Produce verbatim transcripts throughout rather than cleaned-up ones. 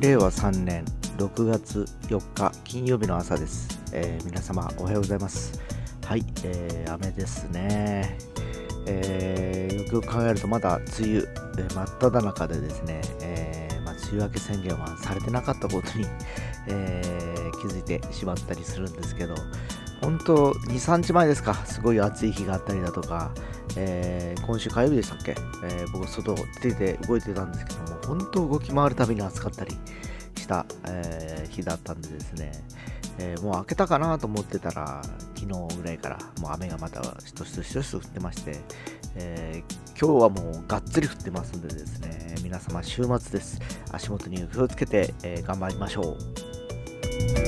れいわさんねんろくがつよっか金曜日の朝です。えー皆様おはようございます。はい、えー雨ですね。えーよくよく考えるとまだ梅雨、えー真っ只中でですね、えーまあ、梅雨明け宣言はされてなかったことに、えー気づいてしまったりするんですけど、本当に、さんにちまえですか、すごい暑い日があったりだとか、えー今週火曜日でしたっけ、えー僕外出て動いてたんですけども、本当動き回るたびに暑かったりした、えー日だったんでですね、えーもう明けたかなと思ってたら、昨日ぐらいからもう雨がまたしとしとしとしと降ってまして、えー今日はもうがっつり降ってますんでですね、皆様週末です。足元に気をつけて、えー頑張りましょう。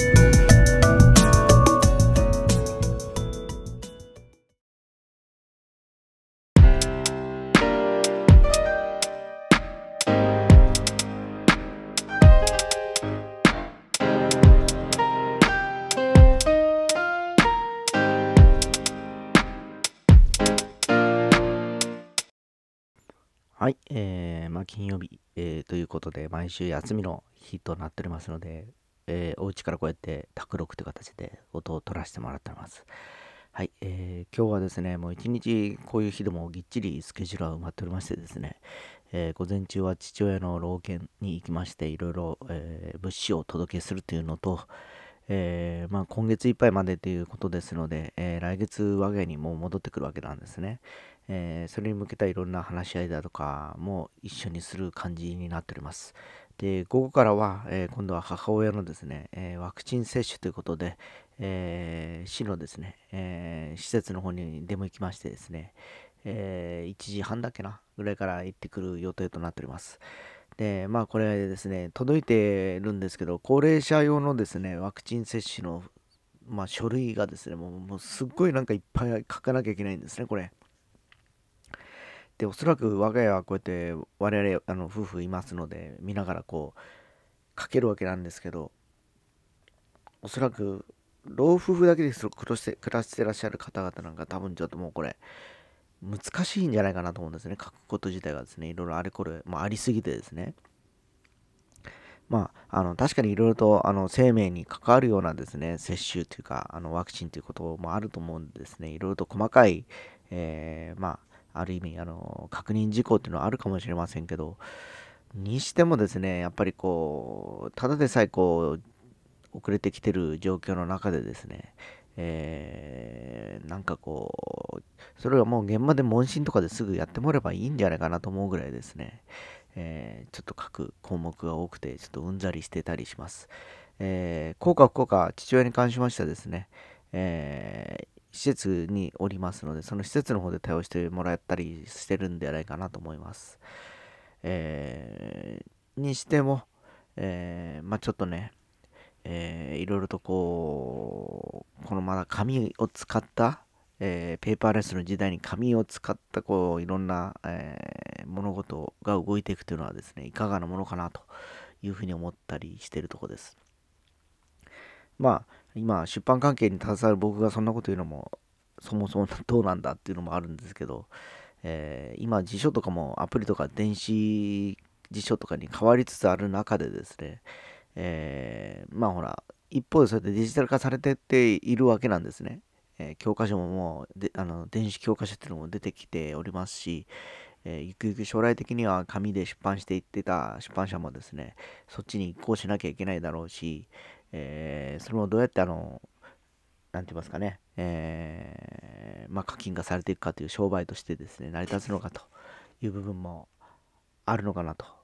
はい、えー、まあ金曜日、えーということで、毎週休みの日となっておりますので、えーお家からこうやって卓録という形で音を取らせてもらっております。はい、えー今日はですね、もう一日こういう日でもぎっちりスケジュールは埋まっておりましてですね、えー午前中は父親の老犬に行きまして、いろいろ、えー物資をお届けするというのと、えーまあ、今月いっぱいまでということですので、えー来月我が家にもう戻ってくるわけなんですね。えーそれに向けたいろんな話し合いだとかも一緒にする感じになっております。で、午後からは、えー今度は母親のですね、えーワクチン接種ということで、えー市のですね、えー施設の方に出向きましてですね、えーいちじはんだっけなぐらいから行ってくる予定となっております。で、まあこれですね、届いてるんですけど、高齢者用のですね、ワクチン接種の、まあ、書類がですね、もう、もうすっごいなんかいっぱい書かなきゃいけないんですね、これ。で、おそらく我が家はこうやって我々、あの、夫婦いますので、見ながらこう、書けるわけなんですけど、おそらく、老夫婦だけで暮らして暮らしてらっしゃる方々なんか多分ちょっともうこれ、難しいんじゃないかなと思うんですね、書くこと自体がですね、いろいろあれこれ、まあ、ありすぎてですね。まあ、あの確かにいろいろとあの生命に関わるようなですね、接種というか、あのワクチンということもあると思うんですね、いろいろと細かい、えーまあ、ある意味あの、確認事項っていうのはあるかもしれませんけど、にしてもですね、やっぱりこう、ただでさえこう、遅れてきてる状況の中でですね、えーなんかこう、それはもう現場で問診とかですぐやってもらえばいいんじゃないかなと思うぐらいですね、えーちょっと書く項目が多くて、ちょっとうんざりしてたりします。えー、効果不効果、父親に関しましてはですね、えー施設におりますので、その施設の方で対応してもらったりしてるんではないかなと思います。えーにしても、えーまあちょっとね、えーいろいろとこう、このまだ紙を使った、えーペーパーレスの時代に紙を使ったこういろんな、えー物事が動いていくというのはですね、いかがなものかなというふうに思ったりしているところです。まあ、今、出版関係に携わる僕がそんなこと言うのも、そもそもどうなんだっていうのもあるんですけど、えー今、辞書とかもアプリとか電子辞書とかに変わりつつある中でですね、えーまあほら、一方でそうやってデジタル化されてっているわけなんですね。えー教科書ももうであの電子教科書っていうのも出てきておりますし、えーゆくゆく将来的には紙で出版していってた出版社もですね、そっちに移行しなきゃいけないだろうし、えーそれもどうやってあの、なんて言いますかね、えーまあ課金がされていくかという商売としてですね、成り立つのかという部分もあるのかなと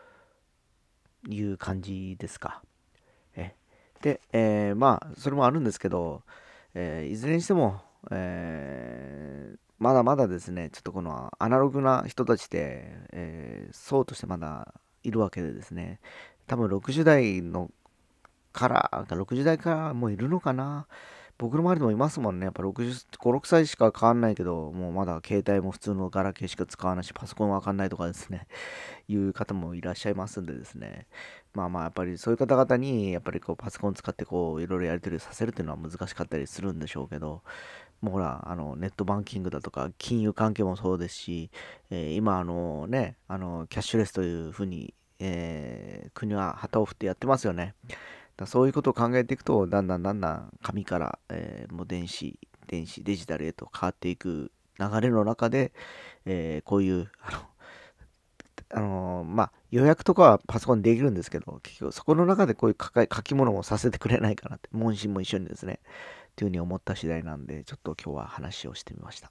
いう感じですか。えで、えーまあ、それもあるんですけど、えーいずれにしても、えーまだまだですね、ちょっとこのアナログな人たちで、えー層としてまだいるわけでですね、多分ろくじゅう代のから、ろくじゅう代からもういるのかな。僕の周りでもいますもんね。やっぱろくじゅうご、ろくさいしか変わんないけど、もうまだ携帯も普通のガラケーしか使わないし、パソコンわかんないとかですね、いう方もいらっしゃいますんでですね。まあまあ、やっぱりそういう方々に、やっぱりこうパソコン使ってこう、いろいろやり取りさせるっていうのは難しかったりするんでしょうけど、もうほら、あの、ネットバンキングだとか、金融関係もそうですし、えー今、あのね、あの、キャッシュレスというふうに、 えー国は旗を振ってやってますよね。だそういうことを考えていくと、だんだんだんだん紙から、えーもう電子、電子、デジタルへと変わっていく流れの中で、えーこういう、あの、あのーまあ、予約とかはパソコンでできるんですけど、結局そこの中でこういう書か書き物をさせてくれないかなって、問診も一緒にですね、というふうに思った次第なんで、ちょっと今日は話をしてみました。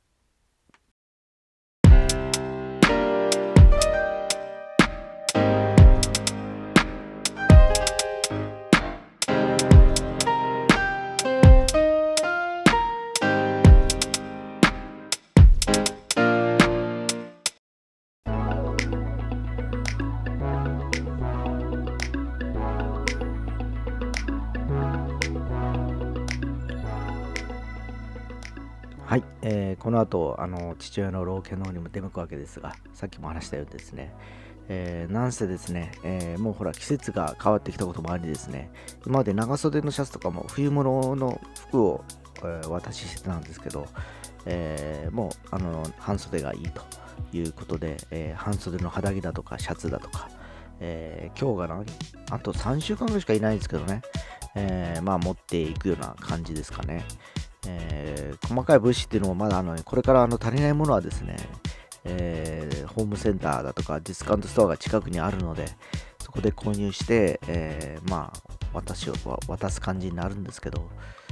はい、えーこの後あの父親の老犬の方にも出向くわけですが、さっきも話したようにですね、えーなんせですね、えーもうほら季節が変わってきたこともありですね、今まで長袖のシャツとかも冬物の服を、えーお渡ししてたんですけど、えーもうあの半袖がいいということで、えー半袖の肌着だとかシャツだとか、えー今日が何あとさんしゅうかんぐらいしかいないんですけどね、えーまあ持っていくような感じですかね。えー細かい物資っていうのもまだあのこれからあの足りないものはですね、えーホームセンターだとかディスカウントストアが近くにあるので、そこで購入して、えーまあ私を渡す感じになるんですけど、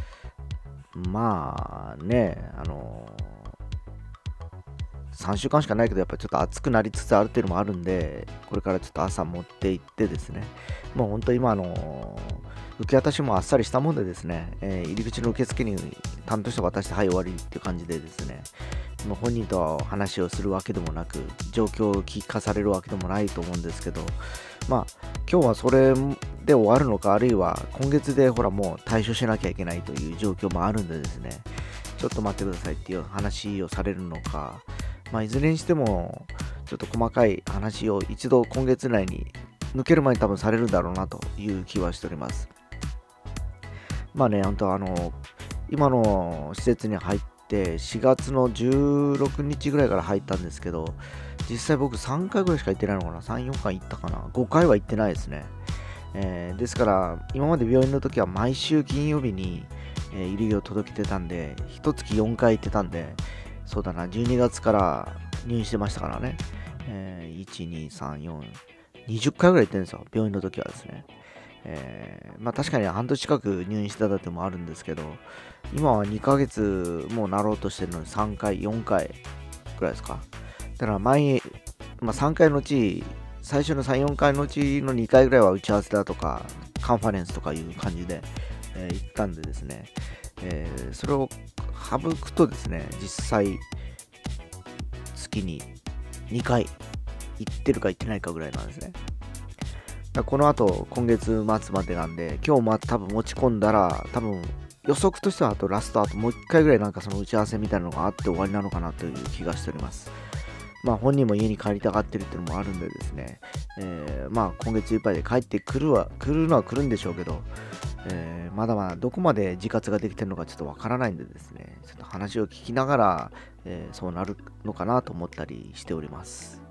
まあね、あのさんしゅうかんしかないけど、やっぱりちょっと暑くなりつつあるっていうのもあるんで、これからちょっと朝持って行ってですね、もう本当今あの受け渡しもあっさりしたもんでですね、えー入り口の受付に担当者渡して、はい、終わりっていう感じでですね、もう本人と話をするわけでもなく、状況を聞かされるわけでもないと思うんですけど、まあ、今日はそれで終わるのか、あるいは今月でほらもう対処しなきゃいけないという状況もあるんでですね、ちょっと待ってくださいっていう話をされるのか、まあ、いずれにしても、ちょっと細かい話を一度今月内に抜ける前に多分されるんだろうなという気はしております。まあね、本当あの、今の施設に入ってしがつのじゅうろくにちぐらいから入ったんですけど、実際僕さんかいぐらいしか行ってないのかな、さん、よんかい行ったかな、ごかいは行ってないですね。えーですから、今まで病院の時は毎週金曜日に、えー、入りを届けてたんで、いっかげつよんかい行ってたんで、そうだな、じゅうにがつから入院してましたからね。えー、いち、に、さん、よん、にじゅっかいぐらい行ってるんですよ、病院の時はですね。えーまあ確かに半年近く入院してたってもあるんですけど、今はにかげつもうなろうとしてるのにさんかい、よんかいぐらいですか。だから前、まあ、さんかいのうち、最初のさん、よんかいのうちのにかいぐらいは打ち合わせだとか、カンファレンスとかいう感じで、えー行ったんでですね、えーそれを省くとですね、実際、月ににかい行ってるか行ってないかぐらいなんですね。だからこの後、今月末までなんで、今日も多分持ち込んだら、多分予測としてはあとラストあともういっかいぐらいなんかその打ち合わせみたいなのがあって終わりなのかなという気がしております。まあ本人も家に帰りたがってるっていうのもあるんでですね、えーまあ今月いっぱいで帰ってくるは、来るのは来るんでしょうけど、えーまだまだどこまで自活ができてるのかちょっとわからないんでですね、ちょっと話を聞きながら、えーそうなるのかなと思ったりしております。